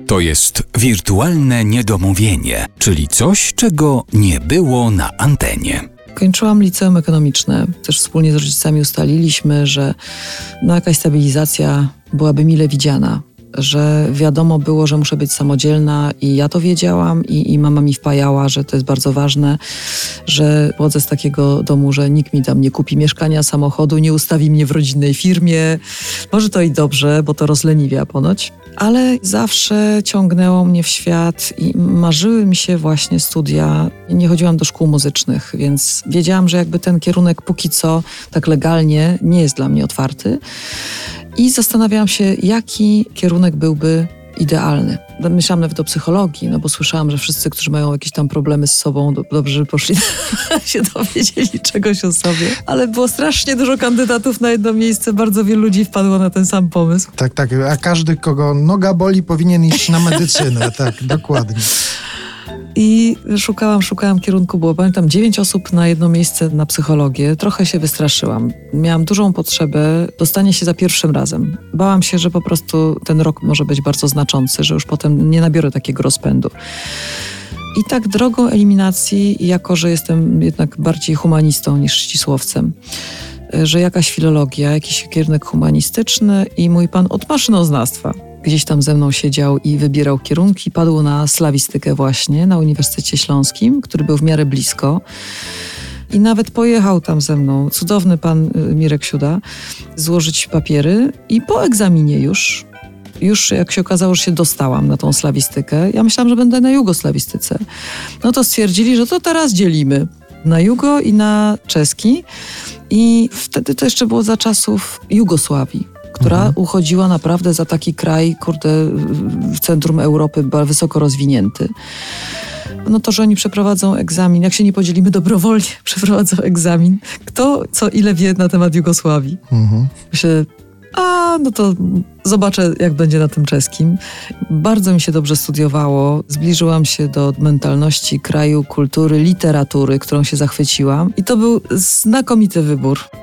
To jest wirtualne niedomówienie, czyli coś, czego nie było na antenie. Kończyłam liceum ekonomiczne. Też wspólnie z rodzicami ustaliliśmy, że jakaś stabilizacja byłaby mile widziana. Że wiadomo było, że muszę być samodzielna i ja to wiedziałam i mama mi wpajała, że to jest bardzo ważne, że pochodzę z takiego domu, że nikt mi tam nie kupi mieszkania, samochodu, nie ustawi mnie w rodzinnej firmie. Może to i dobrze, bo to rozleniwia ponoć. Ale zawsze ciągnęło mnie w świat i marzyły mi się właśnie studia. Nie chodziłam do szkół muzycznych, więc wiedziałam, że jakby ten kierunek póki co tak legalnie nie jest dla mnie otwarty. I zastanawiałam się, jaki kierunek byłby idealny. Myślałam nawet o psychologii, no bo słyszałam, że wszyscy, którzy mają jakieś tam problemy z sobą, dobrze, że poszli się dowiedzieli czegoś o sobie. Ale było strasznie dużo kandydatów na jedno miejsce, bardzo wielu ludzi wpadło na ten sam pomysł. Tak, a każdy, kogo noga boli, powinien iść na medycynę, tak, dokładnie. I szukałam kierunku, było pamiętam 9 osób na jedno miejsce na psychologię. Trochę się wystraszyłam. Miałam dużą potrzebę dostania się za pierwszym razem. Bałam się, że po prostu ten rok może być bardzo znaczący, że już potem nie nabiorę takiego rozpędu. I tak drogą eliminacji, jako że jestem jednak bardziej humanistą niż ścisłowcem, że jakaś filologia, jakiś kierunek humanistyczny i mój pan od maszynoznawstwa gdzieś tam ze mną siedział i wybierał kierunki. Padł na slawistykę właśnie na Uniwersytecie Śląskim, który był w miarę blisko. I nawet pojechał tam ze mną, cudowny pan Mirek Siuda, złożyć papiery i po egzaminie już jak się okazało, że się dostałam na tą slawistykę, ja myślałam, że będę na jugoslawistyce. No to stwierdzili, że to teraz dzielimy na jugo i na czeski. I wtedy to jeszcze było za czasów Jugosławii, która uchodziła naprawdę za taki kraj, w centrum Europy, wysoko rozwinięty. No to, że oni przeprowadzą egzamin, jak się nie podzielimy dobrowolnie, przeprowadzą egzamin, kto co ile wie na temat Jugosławii. Myślę, no to zobaczę, jak będzie na tym czeskim. Bardzo mi się dobrze studiowało. Zbliżyłam się do mentalności kraju, kultury, literatury, którą się zachwyciłam. I to był znakomity wybór.